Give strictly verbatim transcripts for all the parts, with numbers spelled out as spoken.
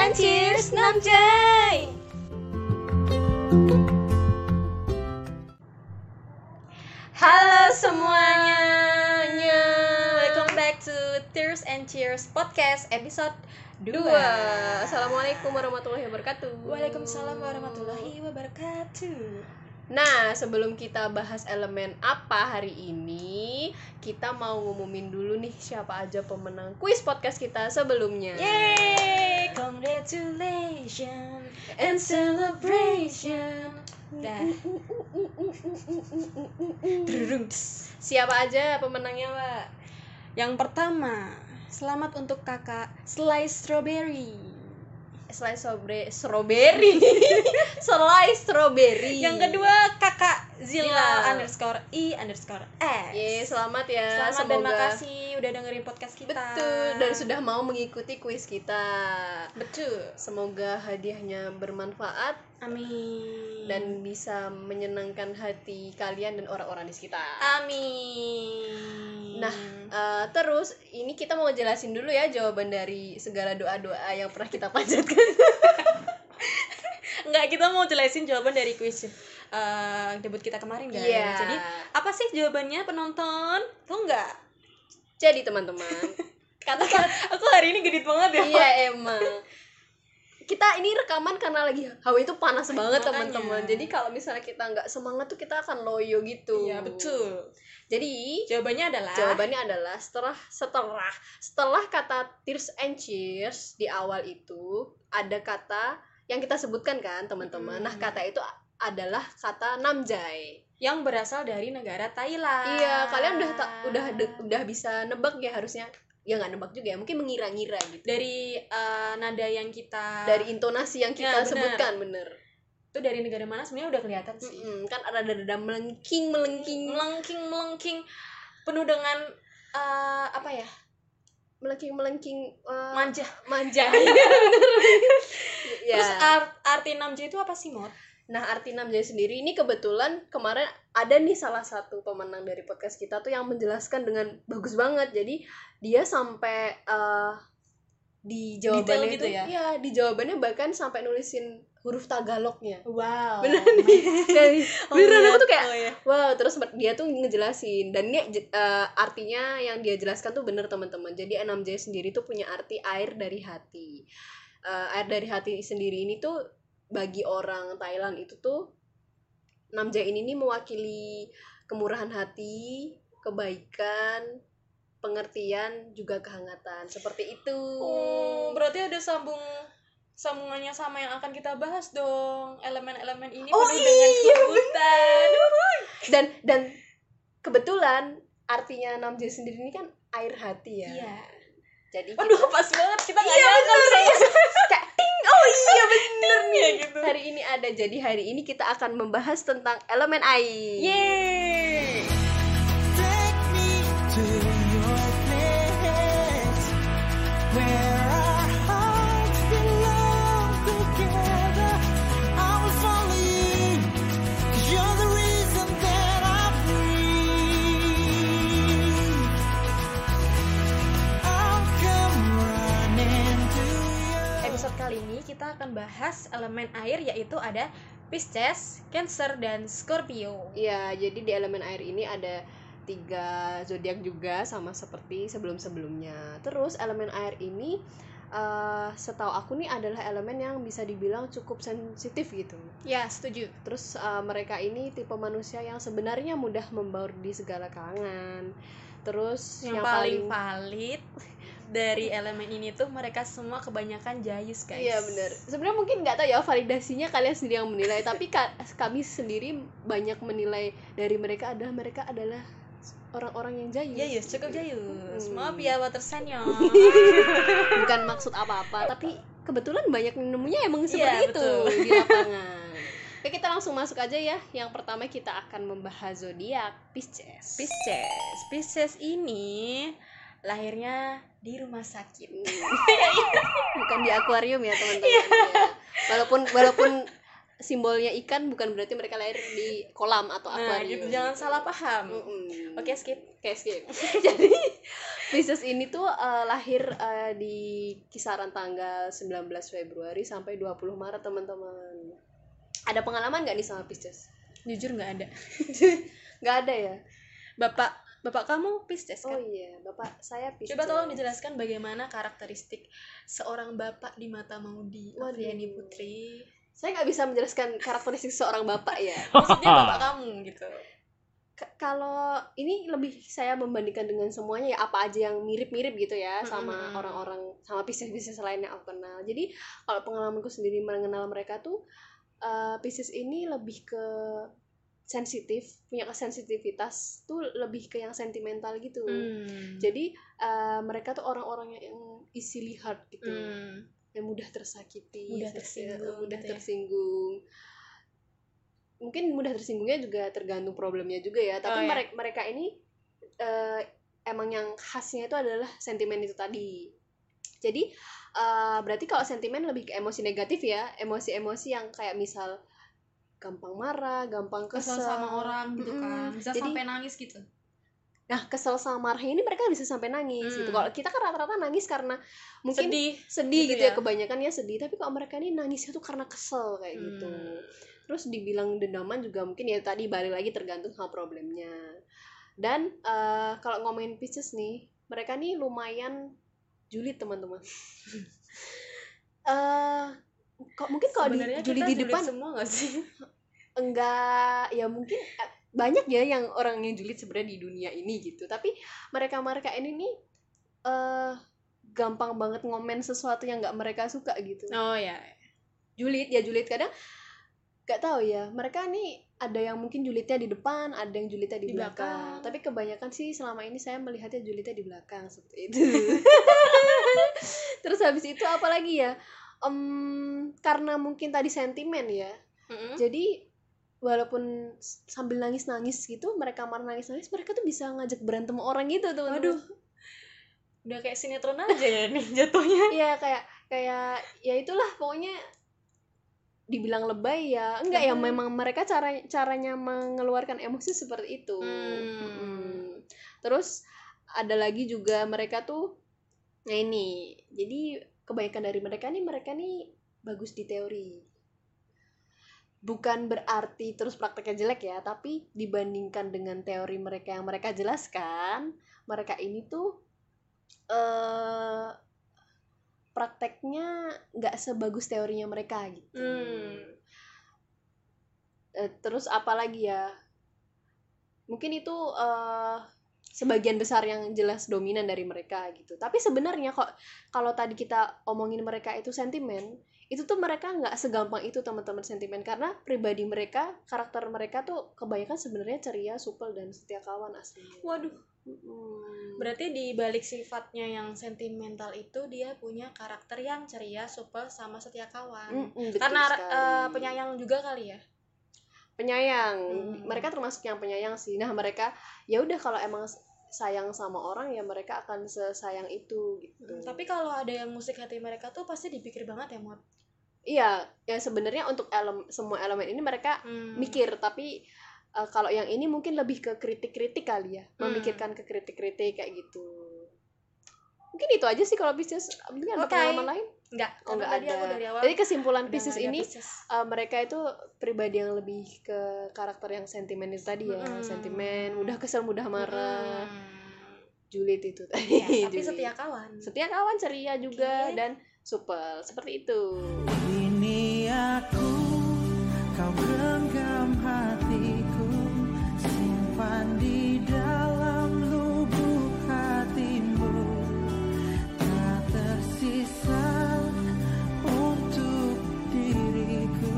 and cheers, Namjay! Halo semuanya, welcome back to Tears and Cheers Podcast episode dua. Assalamualaikum warahmatullahi wabarakatuh. Waalaikumsalam warahmatullahi wabarakatuh. Nah, sebelum kita bahas elemen apa hari ini, kita mau ngumumin dulu nih siapa aja pemenang kuis podcast kita sebelumnya. Yeay! Congratulations and celebration. Dah. Siapa aja pemenangnya, Pak? Yang pertama, selamat untuk kakak Slice Strawberry. Slice sobre- strawberry. Slice strawberry. Yang kedua, kakak Zila Zila. underscore I underscore S. Ye, selamat ya. Selamat Semoga... dan makasih udah dengerin podcast kita. Betul, dan sudah mau mengikuti kuis kita. Betul. Semoga hadiahnya bermanfaat Amin. dan bisa menyenangkan hati kalian dan orang-orang di sekitar. Amin. Nah, uh, terus ini kita mau jelasin dulu ya jawaban dari segala doa-doa yang pernah kita panjatkan. Enggak, kita mau jelasin jawaban dari kuis uh, debut kita kemarin guys. Iya. Jadi, apa sih jawabannya penonton? Tuh enggak? Jadi teman-teman, Katakan, aku hari ini gedit banget ya. iya emang. Kita ini rekaman karena lagi hawa itu panas banget Makanya. teman-teman. Jadi kalau misalnya kita nggak semangat tuh kita akan loyo gitu. Iya, betul. Jadi Jawabannya adalah jawabannya adalah setelah setelah setelah kata tears and cheers di awal itu ada kata yang kita sebutkan kan teman-teman. Hmm. Nah, kata itu adalah kata namjay. yang berasal dari negara Thailand. Iya, kalian udah ta- udah de- udah bisa nebak ya harusnya. Ya nggak nebak juga ya, mungkin mengira-ngira gitu. Dari uh, nada yang kita Dari intonasi yang kita Ya, bener. sebutkan bener. itu dari negara mana sebenarnya udah kelihatan sih. Mm-mm, kan ada dada melengking melengking Melengking melengking penuh dengan uh, apa ya? melengking melengking uh, Manja. manja. Ya. Terus art, arti namja itu apa sih, Mot? Nah, arti namjay sendiri ini kebetulan kemarin ada nih salah satu pemenang dari podcast kita tuh yang menjelaskan dengan bagus banget. Jadi dia sampai uh, di jawabannya Detail gitu itu ya? ya, di jawabannya bahkan sampai nulisin huruf Tagalognya. Wow. Beneran nih. Dan Oh, beneran iya. aku tuh kayak Oh, iya. wow, terus dia tuh ngejelasin dan ini uh, artinya yang dia jelaskan tuh bener teman-teman. Jadi namjay sendiri tuh punya arti air dari hati. Uh, air dari hati sendiri ini tuh bagi orang Thailand itu tuh namjay ini nih mewakili kemurahan hati, kebaikan, pengertian, juga kehangatan. Seperti itu. Oh, berarti ada sambung sambungannya sama yang akan kita bahas dong. Elemen-elemen ini Oh, penuh dengan iya, kejutan. Dan dan kebetulan artinya namjay sendiri ini kan air hati ya. Iya. Jadi Waduh, pas banget kita nggak iya nyangka bener bisa. kayak ting, oh iya bener nih Ya, gitu. hari ini ada. Jadi hari ini kita akan membahas tentang elemen air. Yeay. Take me to your place where our hearts belong together. I will follow you 'cause you're the reason that I breathe. I'll come running to you. Episode kali ini kita akan bahas elemen air, yaitu ada Pisces, Cancer, dan Scorpio. Iya, jadi di elemen air ini ada tiga zodiak juga sama seperti sebelum-sebelumnya. Terus elemen air ini uh, setahu aku nih adalah elemen yang bisa dibilang cukup sensitif gitu. Ya, setuju. Terus uh, mereka ini tipe manusia yang sebenarnya mudah membaur di segala kalangan. Terus Yang, yang, paling valid dari elemen ini tuh mereka semua kebanyakan jayus, guys. Iya benar. Sebenarnya mungkin nggak tahu ya validasinya, kalian sendiri yang menilai. Tapi ka- kami sendiri banyak menilai dari mereka adalah mereka adalah orang-orang yang jayus. Jayus, cukup jayus. Hmm. Maaf ya water senior. Bukan maksud apa-apa, tapi kebetulan banyak nemunya emang Iya, seperti itu betul. di lapangan. Oke, kita langsung masuk aja ya. Yang pertama kita akan membahas zodiak Pisces. Pisces. Pisces ini lahirnya di rumah sakit. Bukan di akuarium ya teman-teman. Ya. Walaupun walaupun simbolnya ikan bukan berarti mereka lahir di kolam atau Nah, akuarium. gitu, jangan salah paham. Mm-mm. Oke, skip. Oke, skip. Jadi Pisces ini tuh uh, lahir uh, di kisaran tanggal sembilan belas Februari sampai dua puluh Maret, teman-teman. Ada pengalaman nggak nih sama Pisces? Jujur nggak ada. Nggak ada ya? Bapak, bapak kamu Pisces Oh kan? iya, bapak saya Pisces. Coba tolong dijelaskan bagaimana karakteristik seorang bapak di mata Maudi Waduh. Afriani Putri. Saya nggak bisa menjelaskan karakteristik seorang bapak ya. Maksudnya bapak kamu gitu. K- kalau ini lebih saya membandingkan dengan semuanya ya, apa aja yang mirip-mirip gitu ya sama Mm-mm. orang-orang, sama Pisces-Pisces lain yang aku kenal. Jadi kalau pengalamanku sendiri mengenal mereka tuh, uh, Pisces ini lebih ke sensitif, punya kesensitivitas tuh lebih ke yang sentimental gitu. Hmm. Jadi uh, mereka tuh orang-orang yang easily hurt gitu, Hmm. yang mudah tersakiti, Mudah ya, tersinggung mudah gitu ya. tersinggung. Mungkin mudah tersinggungnya juga tergantung problemnya juga ya. Tapi Oh, ya. mereka mereka ini uh, emang yang khasnya itu adalah sentimen itu tadi. Jadi uh, berarti kalau sentimen lebih ke emosi negatif ya, emosi-emosi yang kayak misal gampang marah, gampang Kesel kesel, sama orang gitu Mm-mm. kan. Bisa Jadi- sampai nangis gitu. Nah, kesel sama marahnya ini mereka bisa sampai nangis Hmm. gitu. Kalau kita kan rata-rata nangis karena mungkin Sedih. sedih gitu gitu ya, ya. kebanyakan ya sedih, tapi kalau mereka ini nangisnya tuh karena kesel kayak gitu. Hmm. Terus dibilang dendaman juga mungkin ya tadi balik lagi tergantung sama problemnya. Dan eh, kalau ngomongin Pisces nih, mereka nih lumayan julid, teman-teman. Eh kok mungkin kalau di Sebenarnya julid kita di julid depan semua nggak sih? enggak, ya mungkin eh, banyak ya yang orang yang julid sebenarnya di dunia ini gitu. Tapi mereka-mereka ini nih eh gampang banget ngomen sesuatu yang nggak mereka suka gitu. Oh ya. Julid ya julid kadang nggak tahu ya, mereka nih ada yang mungkin julidnya di depan, ada yang julidnya di, Di belakang. belakang. Tapi kebanyakan sih selama ini saya melihatnya julidnya di belakang seperti itu. Terus habis itu apa lagi ya? Em, karena mungkin tadi sentimen ya. Mm-mm. Jadi walaupun s- sambil nangis-nangis gitu, mereka marah nangis-nangis, mereka tuh bisa ngajak berantem orang gitu, teman-teman. Waduh. Udah kayak sinetron aja ya nih jatuhnya. Iya, kayak kayak ya itulah pokoknya dibilang lebay ya. Enggak ya, Lebay. memang mereka cara caranya mengeluarkan emosi seperti itu. Hmm. Mm-mm. Terus ada lagi juga mereka tuh, nah ini. Jadi kebanyakan dari mereka nih mereka nih bagus di teori. Bukan berarti terus prakteknya jelek ya, tapi dibandingkan dengan teori mereka yang mereka jelaskan, mereka ini tuh eh prakteknya nggak sebagus teorinya mereka gitu. Hmm. Eh, terus apa lagi ya? Mungkin itu eh sebagian besar yang jelas dominan dari mereka gitu. Tapi sebenarnya kok kalau tadi kita omongin mereka itu sentimen, itu tuh mereka nggak segampang itu, teman-teman, sentimen, karena pribadi mereka, karakter mereka tuh kebanyakan sebenarnya ceria, supel, dan setia kawan aslinya. Waduh. Mm-mm. Berarti di balik sifatnya yang sentimental itu dia punya karakter yang ceria, supel, sama setia kawan. Mm-mm, betul Karena sekali. eh, penyayang juga kali ya. Penyayang. Hmm. Mereka termasuk yang penyayang sih. Nah, mereka ya udah kalau emang sayang sama orang ya mereka akan sesayang itu gitu. Hmm, Tapi kalau ada yang musik hati mereka tuh pasti dipikir banget ya, Mot. Iya, ya sebenarnya untuk elem, semua elemen ini mereka Hmm. mikir, tapi uh, kalau yang ini mungkin lebih ke kritik-kritik kali ya, Hmm. memikirkan ke kritik-kritik kayak gitu. Mungkin itu aja sih kalau Pisces. Mungkin ada Oke. pengalaman lain? Enggak, Oh, karena nggak tadi aku ada. dari awal Jadi kesimpulan udah Pisces nggak ada ini Pisces. uh, mereka itu pribadi yang lebih ke karakter yang sentimen itu tadi ya, Mm-mm. sentimen, mudah kesel, mudah marah, Hmm. julid itu tadi. Iya, tapi Julid. setia kawan. Setia kawan, ceria juga, Oke. dan supel, seperti itu. Ini aku, kau genggam hatiku, simpan di dalam lubuk hatimu, tak tersisa untuk diriku,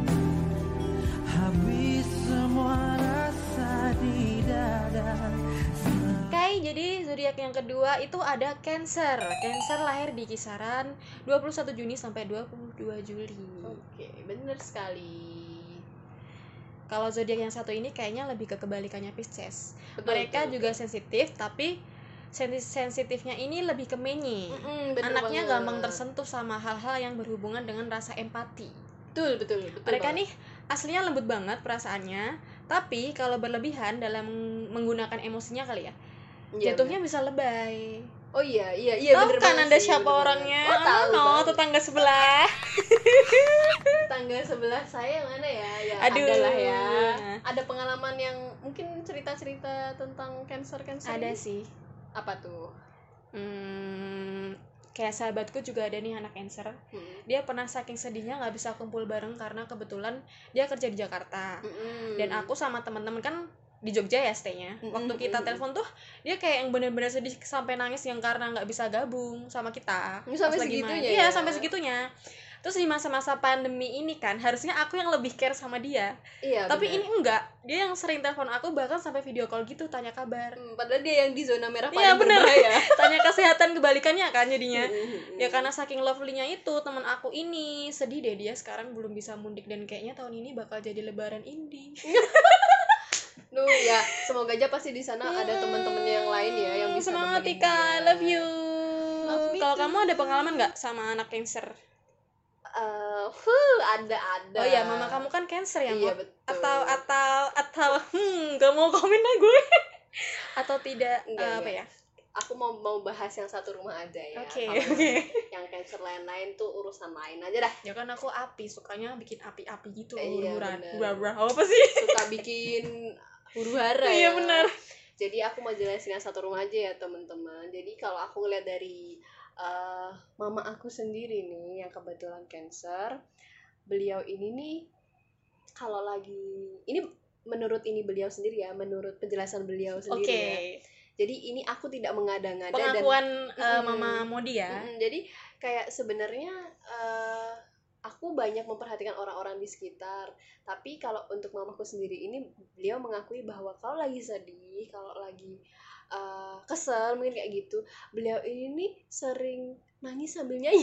habis semua rasa di dada. Oke, jadi zodiak yang kedua itu ada Cancer. Cancer lahir di kisaran dua puluh satu Juni sampai dua puluh dua Juli. Oke, bener sekali. Kalau zodiak yang satu ini kayaknya lebih ke kebalikannya Pisces. Betul, Mereka betul, juga sensitif, tapi sensi- sensitifnya ini lebih ke menye. Mm-mm, bener Anaknya banget. gampang tersentuh sama hal-hal yang berhubungan dengan rasa empati. betul betul betul Mereka banget. nih aslinya lembut banget perasaannya, tapi kalau berlebihan dalam menggunakan emosinya kali ya, Iya, jatuhnya bener. bisa lebay. Oh iya iya iya Tahu bener kan banget Anda sih, siapa bener banget. orangnya? Oh tahu no, banget. tetangga sebelah. Tangga sebelah saya yang mana ya? Ya Aduh. ada lah ya. Ada pengalaman yang mungkin cerita-cerita tentang cancer-cancer Ada ini? sih. Apa tuh? Hmm, kayak sahabatku juga ada nih anak cancer. Hmm. Dia pernah saking sedihnya nggak bisa kumpul bareng karena kebetulan dia kerja di Jakarta. Mm-mm. Dan aku sama teman-teman kan di Jogja ya stay-nya. Waktu Mm-mm, kita mm-mm. telepon tuh dia kayak yang benar-benar sedih sampai nangis yang karena nggak bisa gabung sama kita. Ini sampai Pas lagi segitunya main. Iya, ya? sampai segitunya. Terus di masa-masa pandemi ini kan harusnya aku yang lebih care sama dia. Iya, Tapi bener. ini enggak. Dia yang sering telepon aku bahkan sampai video call gitu tanya kabar. Hmm, padahal dia yang di zona merah Iya, paling bener. berbahaya. Tanya kesehatan kebalikannya kan jadinya. Mm-mm. Ya karena saking lovely-nya itu teman aku ini sedih deh dia sekarang belum bisa mudik dan kayaknya tahun ini bakal jadi lebaran indie. Duh ya, semoga aja pasti di sana ada teman-temannya yang lain ya yang bisa Semangat nemenin Tika, dia. love you. Love me Kalau too. kamu ada pengalaman nggak sama anak cancer? Eh, huh, ada ada. Oh ya, mama kamu kan cancer ya, Iya Mok? betul. Atau atau atau hmm, gak mau komen lah gue. Atau tidak Enggak, eh, apa enggak. ya? Aku mau mau bahas yang satu rumah aja ya. Oke, Kalau oke. yang cancer lain-lain tuh urusan lain aja dah. Ya kan aku api, sukanya bikin api-api gitu, Eh, iya, huru-hura. bener. Hura-hura. Apa sih? Suka bikin huru-hara ya. Iya benar. Jadi aku mau jelasin yang satu rumah aja ya teman-teman. Jadi kalau aku ngeliat dari eh, mama aku sendiri nih yang kebetulan cancer, beliau ini nih kalau lagi ini menurut ini beliau sendiri ya, menurut penjelasan beliau Oke. sendiri ya. Jadi ini aku tidak mengada-ngada dan Pengakuan eh, Mm-mm. Mama Modi ya. Mm-mm, jadi kayak sebenarnya eh, aku banyak memperhatikan orang-orang di sekitar. Tapi kalau untuk mamaku sendiri ini beliau mengakui bahwa kalau lagi sedih, kalau lagi eh, kesel mungkin kayak gitu, beliau ini nih sering nangis sambil nyanyi.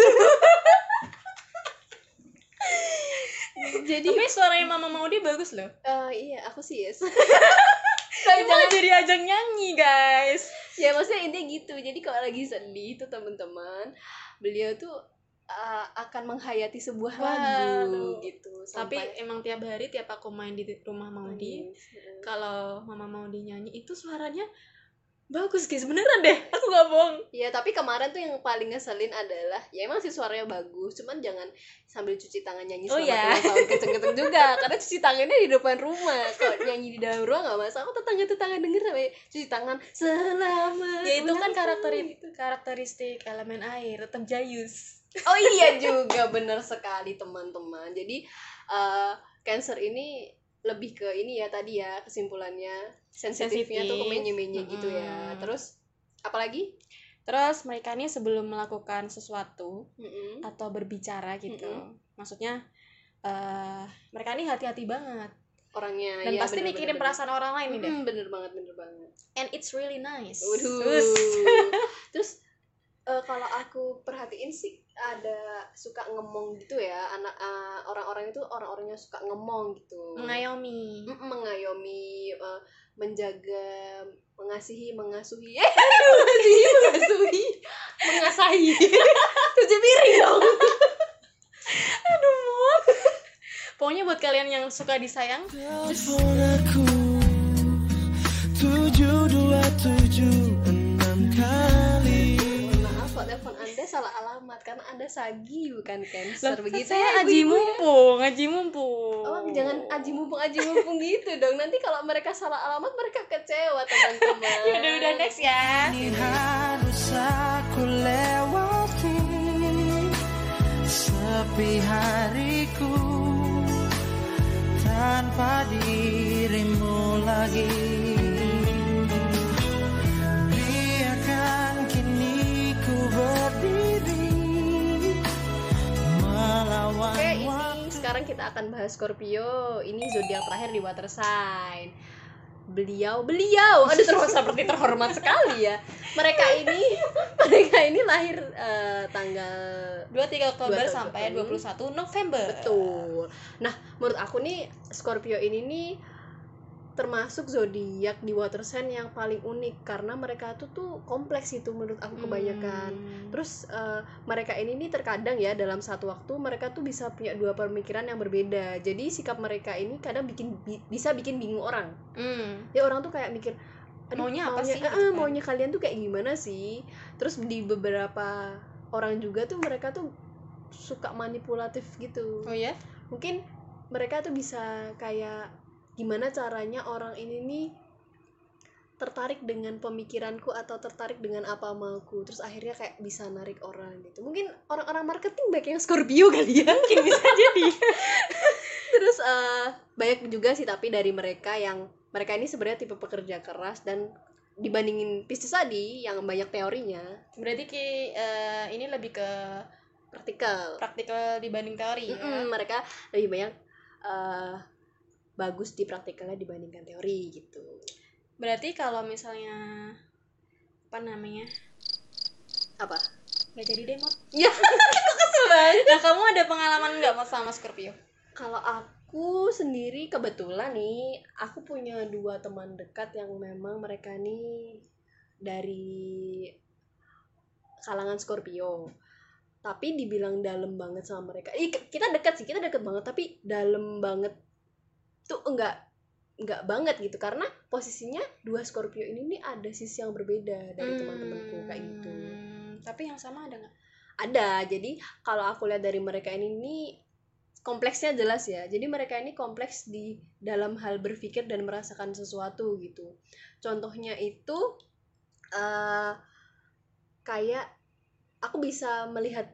Jadi Tapi suaranya Mama Modi bagus loh. eh, iya aku sih yes. Ini malah jadi ajang nyanyi, guys. Ya maksudnya intinya gitu. Jadi kalau lagi sedih tuh teman-teman, beliau tuh uh, akan menghayati sebuah lagu Waduh. gitu. Tapi Sampai emang tiap hari tiap aku main di rumah Maudi, nangis. Heeh. kalau Mama Maudi nyanyi itu suaranya bagus guys, beneran deh, aku gak bohong. Ya tapi kemarin tuh yang paling ngeselin adalah ya emang sih suaranya bagus, cuman jangan sambil cuci tangan nyanyi Oh, selama ya. puluhan tahun kenceng-kenceng juga, karena cuci tangannya di depan rumah. Kalau nyanyi di dalam ruang nggak masalah. Kok tetangga-tetangga denger sampai cuci tangan selama Ya itu kan ulang karakter tahun gitu. karakteristik elemen air, tetap jayus. Oh iya juga, benar sekali teman-teman. Jadi eh, cancer ini lebih ke ini ya tadi ya kesimpulannya sensitifnya tuh ke Sensitif. menye-menye gitu ya. Mm-mm. Terus apalagi? Terus mereka ini sebelum melakukan sesuatu Mm-mm. atau berbicara gitu, Mm-mm. maksudnya eh mereka ini hati-hati banget Orangnya dan ya, pasti bener, mikirin bener, perasaan orang lain nih deh. Mm-mm, bener banget, bener banget. And it's really nice. Waduh. Terus, Terus eh, kalau aku perhatiin sih ada suka ngemong gitu ya, anak eh, orang-orang itu orang-orangnya suka ngemong gitu. mengayomi. Mm, mengayomi, eh, menjaga, mengasihi, mengasuhi, eh, mengasihi, mengasuhi, mengasahi, cuci piring dong. Aduh, Mut. Pokoknya buat kalian yang suka disayang, Telepon aku tujuh dua tujuh enam kali. Mohon maaf kalau telepon Anda salah alamat karena Anda sagi bukan cancer, Lah, begitu saya ya aji ibu-ibu ya? mumpung, aji mumpung. Oh, jangan aji mumpung aji mumpung gitu dong. Nanti kalau mereka salah alamat mereka kecewa teman-teman. Ya udah udah next ya. Ini harus aku lewati sepi hariku tanpa dirimu lagi. Biarkan kini ku berdiri melawan Oke, ini waktu. sekarang kita akan bahas Scorpio. Ini zodiak terakhir di water sign. Beliau, beliau, aduh terus seperti terhormat sekali ya. Mereka ini, mereka ini lahir eh, tanggal dua puluh tiga Oktober dua puluh sampai dua puluh satu November. betul. Nah, menurut aku nih Scorpio ini nih termasuk zodiak di water sign yang paling unik karena mereka tuh tuh kompleks itu menurut aku kebanyakan. Hmm. Terus uh, mereka ini nih terkadang ya dalam satu waktu mereka tuh bisa punya dua pemikiran yang berbeda. Jadi sikap mereka ini kadang bikin bi- bisa bikin bingung orang. Hmm. Ya orang tuh kayak mikir, aduh, Maunya apa sih, eh, gitu kan? maunya kalian tuh kayak gimana sih? Terus di beberapa orang juga tuh mereka tuh suka manipulatif gitu. Oh ya? Mungkin mereka tuh bisa kayak gimana caranya orang ini nih tertarik dengan pemikiranku atau tertarik dengan apa mauku, terus akhirnya kayak bisa narik orang gitu. Mungkin orang-orang marketing baik yang Scorpio kali ya. Mungkin bisa jadi. Terus uh, banyak juga sih tapi dari mereka yang mereka ini sebenarnya tipe pekerja keras dan dibandingin Pisces tadi yang banyak teorinya, Berarti ki eh, ini lebih ke praktikal. praktikal dibanding teori ya. Mm-mm, mereka lebih banyak uh, bagus di praktikalnya dibandingkan teori gitu. Berarti kalau misalnya apa namanya? Apa? Nggak jadi deh, Mot. Ya, kesel banget. Nah, kamu ada pengalaman nggak Mot sama Scorpio? Kalau aku sendiri kebetulan nih, aku punya dua teman dekat yang memang mereka nih dari kalangan Scorpio. Tapi dibilang dalam banget sama mereka. Ih, kita dekat sih, kita dekat banget, tapi dalam banget tuh enggak enggak banget gitu karena posisinya dua Scorpio ini nih ada sisi yang berbeda dari Hmm, teman-temanku kayak gitu. Tapi yang sama ada nggak? Ada. Jadi kalau aku lihat dari mereka ini nih kompleksnya jelas ya. Jadi mereka ini kompleks di dalam hal berpikir dan merasakan sesuatu gitu. Contohnya itu uh, kayak aku bisa melihat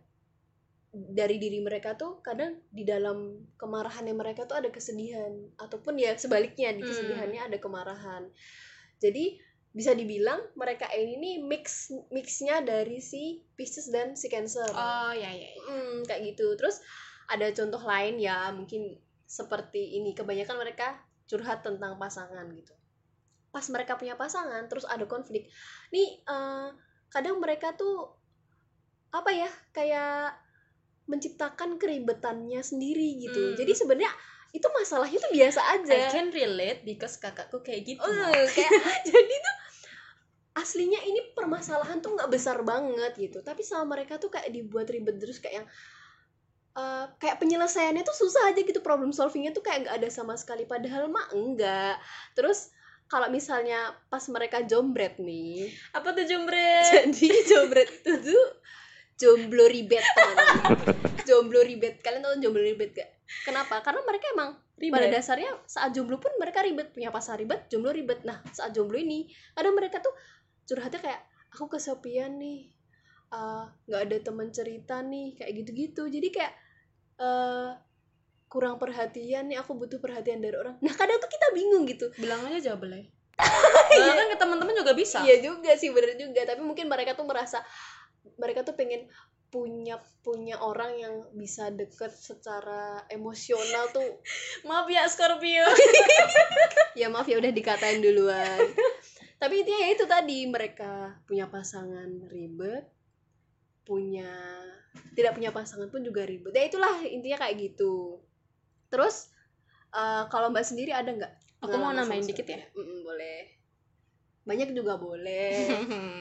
dari diri mereka tuh kadang di dalam kemarahannya mereka tuh ada kesedihan ataupun ya sebaliknya di kesedihannya ada kemarahan. Jadi bisa dibilang mereka ini nih mix mixnya dari si Pisces dan si Cancer. Oh ya ya. ya. Hmm, kayak gitu. Terus ada contoh lain ya mungkin seperti ini, kebanyakan mereka curhat tentang pasangan gitu. Pas mereka punya pasangan terus ada konflik nih, uh, kadang mereka tuh apa ya kayak menciptakan keribetannya sendiri gitu. Hmm. Jadi sebenarnya itu masalahnya tuh biasa aja. I can relate because kakakku kayak gitu. Uh, kayak jadi tuh aslinya ini permasalahan tuh nggak besar banget gitu, tapi sama mereka tuh kayak dibuat ribet terus kayak yang uh, kayak penyelesaiannya tuh susah aja gitu, problem solvingnya tuh kayak nggak ada sama sekali, padahal mah enggak. Terus kalau misalnya pas mereka jombret nih, Apa tuh jombret? jadi jombret itu tuh jomblo ribet teman-teman. Jomblo ribet, kalian tahu jomblo ribet gak? Kenapa? Karena mereka emang Ribet. pada dasarnya saat jomblo pun mereka ribet, punya pasangan ribet, jomblo ribet. Nah saat jomblo ini kadang mereka tuh curhatnya kayak aku kesepian nih, nggak uh, ada teman cerita nih, kayak gitu-gitu. Jadi kayak uh, kurang perhatian nih, aku butuh perhatian dari orang. Nah kadang tuh kita bingung gitu. Bilang aja jawab boleh. Nah, kan ke teman-teman juga bisa. Iya juga sih, bener juga. Tapi mungkin mereka tuh merasa mereka tuh pengen punya punya orang yang bisa deket secara emosional tuh. Maaf ya Scorpio. Ya maaf ya udah dikatain duluan. Tapi intinya ya itu tadi, mereka punya pasangan ribet, punya tidak punya pasangan pun juga ribet. Ya itulah intinya kayak gitu. Terus uh, kalau Mbak sendiri ada nggak? Aku mau nambahin dikit ya. Mm-mm, boleh. Banyak juga boleh.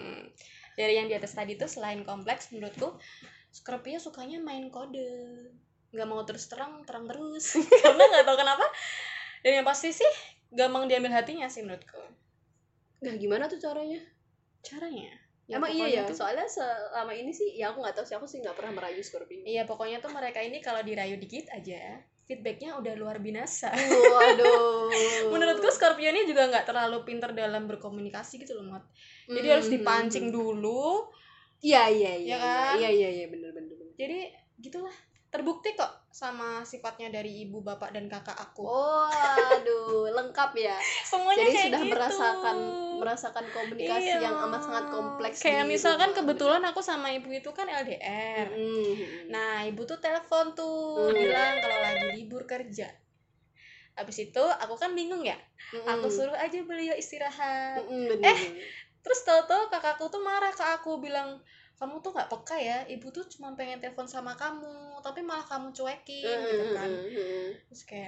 Dari yang di atas tadi tuh selain kompleks, menurutku Scorpio sukanya main kode, nggak mau terus terang terang terus. Karena nggak tahu kenapa. Dan yang pasti sih gampang diambil hatinya sih menurutku. Nah gimana tuh caranya? Caranya? Ya, emang iya ya, tuh, soalnya selama ini sih ya aku nggak tahu sih, aku sih nggak pernah merayu Scorpio. Iya pokoknya tuh mereka ini kalau dirayu dikit aja feedbacknya udah luar binasa. Waduh. Menurutku Scorpio ini juga nggak terlalu pintar dalam berkomunikasi gitu loh, Mat. Jadi hmm. harus dipancing dulu. Iya iya iya. Ya kan? Iya iya iya benar benar. Jadi gitulah. Terbukti kok sama sifatnya dari ibu, bapak dan kakak aku. Oh, aduh, lengkap ya. Semuanya jadi kayak sudah gitu. merasakan merasakan komunikasi iya. yang amat sangat kompleks. Kayak misalkan rumah. kebetulan aku sama ibu itu kan L D R. Mm-hmm. Nah, ibu tuh telepon tuh, mm. bilang kalau lagi libur kerja. Habis itu aku kan bingung ya. Mm-hmm. Aku suruh aja beliau istirahat. Mm-hmm, eh, terus tahu-tahu kakakku tuh marah ke aku, bilang kamu tuh nggak peka ya, ibu tuh cuma pengen telepon sama kamu tapi malah kamu cuekin, mm-hmm. gitu kan. Terus kayak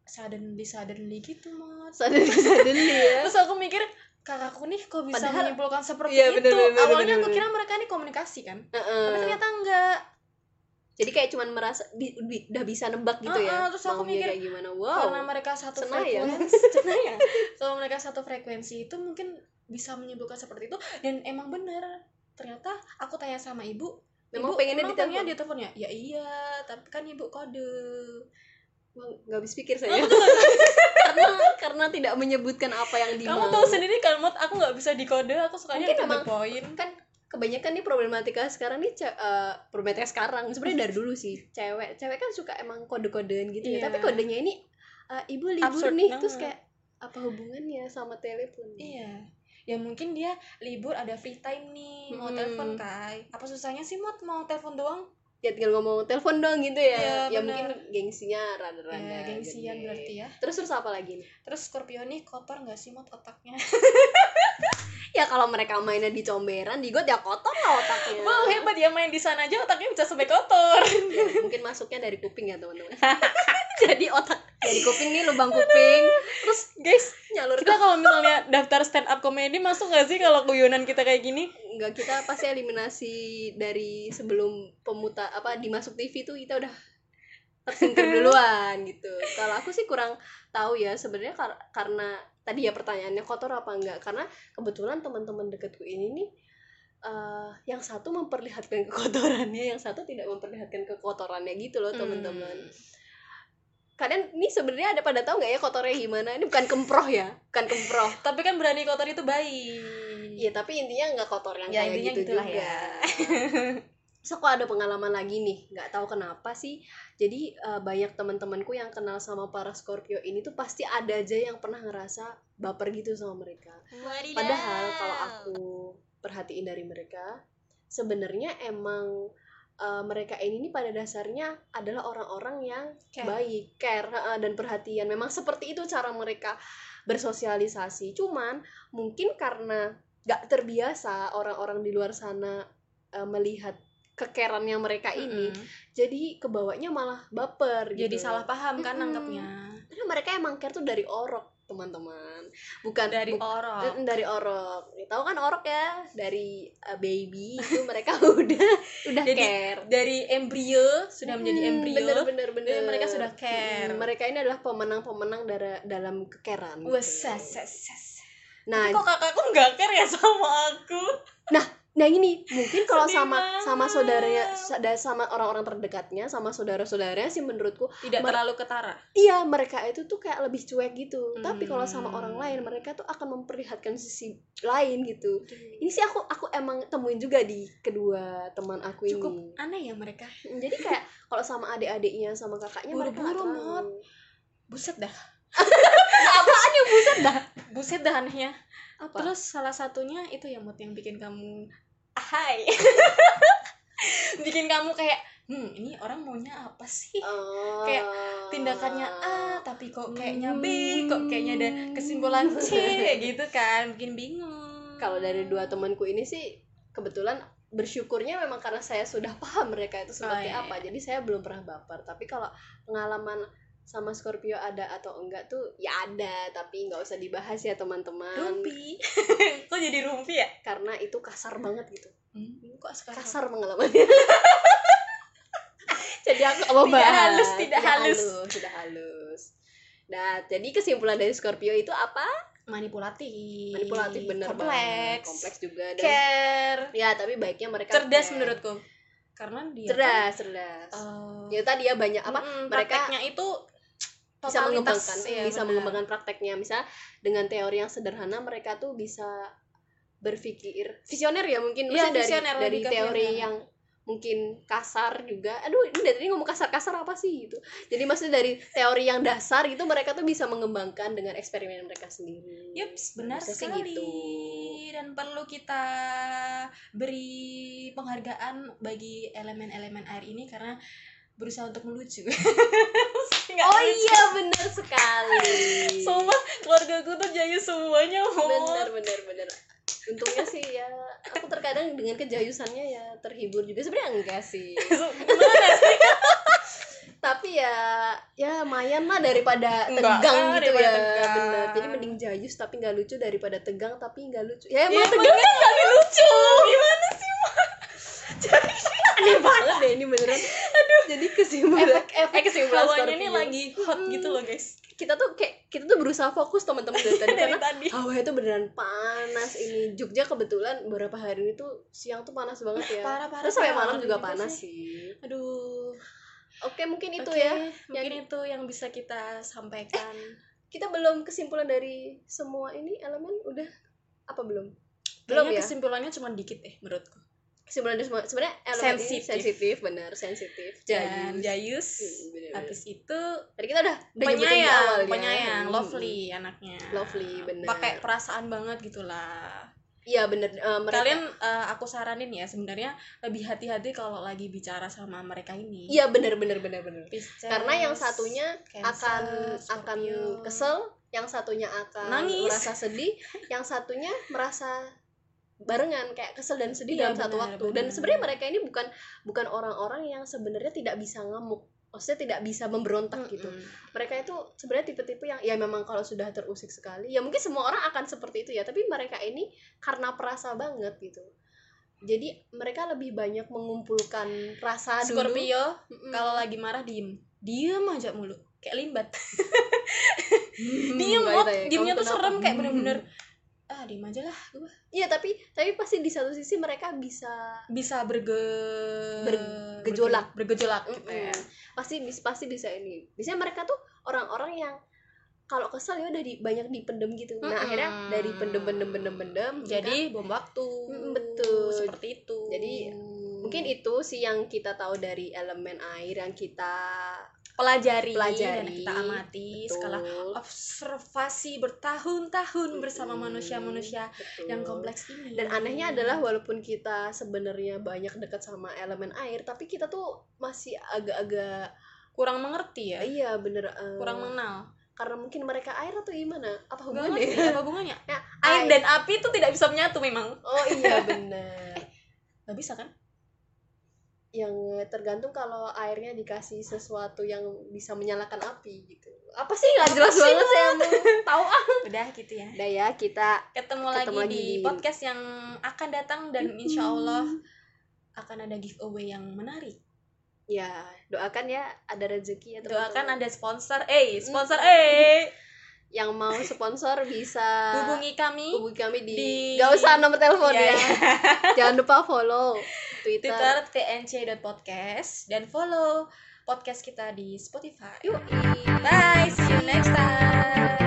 suddenly suddenly gitu Mot. Suddenly suddenly ya. Terus aku mikir kakakku nih kok bisa Padahal- menyimpulkan seperti iya, itu. bener, bener, Awalnya bener, aku bener. kira mereka ini komunikasi kan, Heeh. tapi ternyata enggak. Jadi kayak cuman merasa bi- bi- udah bisa nebak gitu ya. Heeh, terus aku maunya mikir, kayak gimana. Wow. Karena mereka satu Senayang. frekuensi, senayang. Kalau mereka satu frekuensi itu mungkin bisa menyimpulkan seperti itu, dan emang bener. Ternyata aku tanya sama ibu, Memang ibu, pengennya emang ditelepon? pengennya ditelepon ya? Ya iya, tapi kan ibu kode. Wah, nggak habis pikir saya. karena karena tidak menyebutkan apa yang dimau. Kamu tahu sendiri kan Mot, aku nggak bisa dikode, aku sukanya Mungkin to the emang- point. Kan kebanyakan nih problematika sekarang nih ce- eh, problematika sekarang sebenarnya dari dulu sih. Cewek cewek kan suka emang kode-kodean gitu ya. Iya. Tapi kodenya ini eh, ibu libur Absurd nih, banget. terus kayak apa hubungannya sama telepon? Iya. Ya mungkin dia libur ada free time nih, mau Hmm. telepon Kai. Apa susahnya sih Mot mau telepon doang? Ya tinggal ngomong telepon dong gitu ya. Iya, ya benar. mungkin gengsinya rada-rada. Ya, gengsian gede. berarti ya. Terus terus apa lagi nih? Terus Scorpio nih kotor nggak sih Mot otaknya? Ya kalau mereka mainnya di comberan, di got ya kotor lah otaknya. Wow, hebat ya, main di sana aja otaknya bisa sampai kotor. Ya, mungkin masuknya dari kuping ya teman-teman. Jadi otak dari kuping nih, lubang kuping, terus Guys, nyalur kita kalau misalnya daftar stand up comedy masuk nggak sih kalau guyonan kita kayak gini? enggak, kita pasti eliminasi dari sebelum pemuta apa dimasuk T V tuh kita udah tersingkir duluan gitu. Kalau aku sih kurang tahu ya sebenarnya kar- karena tadi ya pertanyaannya kotor apa enggak, karena kebetulan teman-teman dekatku ini nih eh, yang satu memperlihatkan kekotorannya, yang satu tidak memperlihatkan kekotorannya gitu loh teman-teman. Kalian nih sebenarnya ada pada tahu nggak ya kotornya gimana? Ini bukan kemproh ya, bukan kemproh. Tapi kan berani kotor itu baik. Iya, tapi intinya nggak kotor yang Ya, kayak intinya gitu gitulah juga. ya. So kok ada pengalaman lagi nih, nggak tahu kenapa sih. Jadi eh, banyak teman-temanku yang kenal sama para Scorpio ini tuh pasti ada aja yang pernah ngerasa baper gitu sama mereka. Padahal kalau aku perhatiin dari mereka, sebenarnya emang eh, mereka ini nih pada dasarnya adalah orang-orang yang Care. baik, care eh, dan perhatian. Memang seperti itu cara mereka bersosialisasi. Cuman mungkin karena nggak terbiasa orang-orang di luar sana eh, melihat kekerannya mereka ini, Mm-mm. jadi kebawanya malah baper Jadi gitu. salah paham kan Mm-mm. nangkepnya. Karena mereka emang care tuh dari orok teman-teman, bukan Dari bu- orang. Mm, dari orok. Ya, tahu kan orok ya, dari uh, baby itu mereka udah udah Jadi, care. Dari embrio sudah menjadi Hmm, embrio. bener bener bener. Jadi mereka sudah care. Hmm, mereka ini adalah pemenang-pemenang dara- dalam kekeran. Wah, gitu. ses, ses, ses. Nah, Kok kakakku nggak care ya sama aku? nah ini mungkin kalau Sedih sama banget. sama saudaranya sa- sama orang-orang terdekatnya, sama saudara-saudaranya sih menurutku Tidak Mer- terlalu ketara. iya, mereka itu tuh kayak lebih cuek gitu. Hmm. Tapi kalau sama orang lain, mereka tuh akan memperlihatkan sisi lain gitu. Ini sih aku aku emang temuin juga di kedua teman aku ini. Cukup aneh ya mereka. Jadi kayak kalau sama adik-adiknya sama kakaknya mereka nggak Buru-buru, terlalu. Mot. Buset dah. Apaan yang buset dah? Buset dah anehnya. Apa? Terus salah satunya itu ya Mut yang bikin kamu ahai. Bikin kamu kayak hmm ini orang maunya apa sih? Oh. Kayak tindakannya A tapi kok kayaknya B, Hmm. kok kayaknya ada kesimpulan C gitu kan, bikin bingung. Kalau dari dua temanku ini sih kebetulan bersyukurnya memang karena saya sudah paham mereka itu seperti Oh, iya. apa. Jadi saya belum pernah baper. Tapi kalau pengalaman sama Scorpio ada atau enggak tuh ya ada, tapi nggak usah dibahas ya teman-teman. Rumpi. Kok jadi rumpi ya? Karena itu kasar banget gitu. Hmm, kok sekarang Kasar pengalamannya. Jadi aku nggak mau Tidak bahas. halus, tidak halus. Tidak halus. Nah, jadi kesimpulan dari Scorpio itu apa? manipulatif. Manipulatif, bener banget. kompleks. Kompleks juga dan Care. ya tapi baiknya mereka Cerdas care. menurutku. Karena dia Cerdas, cerdas. kan, eh, Ya tadi ya banyak apa mm, mereka prakteknya itu bisa totalitas. mengembangkan Iya, bisa benar. mengembangkan prakteknya. Misal dengan teori yang sederhana mereka tuh bisa berpikir visioner ya mungkin. Iya, Misalnya dari visioner, dari lebih ke teori visioner. yang mungkin kasar juga. Aduh, ini dari tadi ngomong kasar-kasar apa sih gitu. Jadi maksudnya dari teori yang dasar gitu mereka tuh bisa mengembangkan dengan eksperimen mereka sendiri. Yups, benar Bisa sih sekali. gitu. Dan perlu kita beri penghargaan bagi elemen-elemen air ini karena berusaha untuk melucu. Nggak Oh lucu. iya, benar sekali. Sumpah, keluargaku tuh jayus semuanya. Bener bener bener. Untungnya sih ya aku terkadang dengan kejayusannya ya terhibur juga, sebenarnya enggak sih. Gimana sih? Tapi tapi ya ya lumayan lah daripada Enggak, tegang ah, gitu daripada ya. tegang. Bener. Jadi mending Jayus tapi nggak lucu daripada tegang tapi nggak lucu. Ya Ya, emang emang tegang kan lebih lucu. Gimana sih? aneh banget deh ini beneran. Aduh. Jadi kesimpulan Eh kesimpulannya ini Scorpio. lagi hot gitu loh guys. kita tuh kayak kita tuh berusaha fokus teman-teman dari tadi Dari karena tadi. hawa itu beneran panas ini. Jogja kebetulan beberapa hari ini tuh siang tuh panas banget ya. Parah-parah, Terus sampai parah. malam juga Juga panas sih. sih. Aduh. Oke, mungkin itu Oke, ya. mungkin Yang itu yang bisa kita sampaikan. kita belum kesimpulan dari semua ini elemen udah apa belum? Belum Kayaknya ya? kesimpulannya cuma dikit deh menurutku. Kesimpulan dari semua sebenarnya elemen ini Sensitif. sensitif, benar, sensitif. Dan Jayus. Jayus. Hmm, bener-bener. Habis itu Tadi kita udah udah nyebutin di penyayang, awal ya. penyayang, Hmm. lovely anaknya. Lovely, bener. Pakai perasaan banget gitulah. Iya bener, eh, mereka Kalian eh, aku saranin ya sebenarnya lebih hati-hati kalau lagi bicara sama mereka ini. iya bener bener bener bener. Pisces, Karena yang satunya Cancer, akan akan Scorpio. kesel, yang satunya akan Nangis. merasa sedih, yang satunya merasa barengan kayak kesel dan sedih Iya, dalam satu benar, waktu. Dan benar. sebenarnya mereka ini bukan bukan orang-orang yang sebenarnya tidak bisa ngamuk, maksudnya tidak bisa memberontak gitu. Mm-mm. Mereka itu sebenarnya tipe-tipe yang ya memang kalau sudah terusik sekali, ya mungkin semua orang akan seperti itu ya. Tapi mereka ini karena perasa banget gitu. Jadi mereka lebih banyak mengumpulkan rasa dulu. Scorpio Mm-mm. kalau lagi marah diem, diem aja mulu kayak limbat. Hmm, Diem, kayak Mot. gitu ya. Diemnya Kamu tuh kenapa? serem kayak Hmm. bener-bener ah diem aja lah gua. Iya, tapi tapi pasti di satu sisi mereka bisa Bisa berge Bergejolak. berge- bergejolak gitu Mm-mm. ya. pasti bis- pasti bisa ini. Biasanya mereka tuh orang-orang yang kalau kesel ya udah di, banyak dipendem gitu. Nah, Mm-mm. akhirnya dari pendem-pendem-pendem-pendem Jadi bom waktu. Mm, betul. Seperti itu. Jadi, mungkin itu sih yang kita tahu dari elemen air yang kita pelajari, pelajari. dan kita amati Betul. skala observasi bertahun-tahun bersama Mm-mm. manusia-manusia Betul. yang kompleks ini. Dan anehnya adalah walaupun kita sebenarnya banyak dekat sama elemen air, tapi kita tuh masih agak-agak kurang mengerti ya, iya bener eh, kurang mengenal. karena mungkin mereka air atau gimana? Apa Nggak hubungannya? ngerti apa hubungannya? Ya, Air dan api itu tidak bisa menyatu memang. oh iya bener. Nggak bisa kan? Yang tergantung kalau airnya dikasih sesuatu yang bisa menyalakan api gitu. Apa sih nggak jelas sih, banget saya mau tahu ah. Udah gitu ya. Udah ya kita Ketemu, Ketemu lagi, lagi di di- podcast yang akan datang dan insya Allah akan ada giveaway yang menarik. ya doakan ya ada rezeki ya teman-teman. Doakan ada sponsor, eh sponsor, eh Yang mau sponsor bisa hubungi kami hubungi kami di, di- nggak usah nomor telepon Iya, ya. iya. Jangan lupa follow Twitter. Twitter t n c dot podcast dan follow podcast kita di Spotify. Yuk. Bye, see you next time.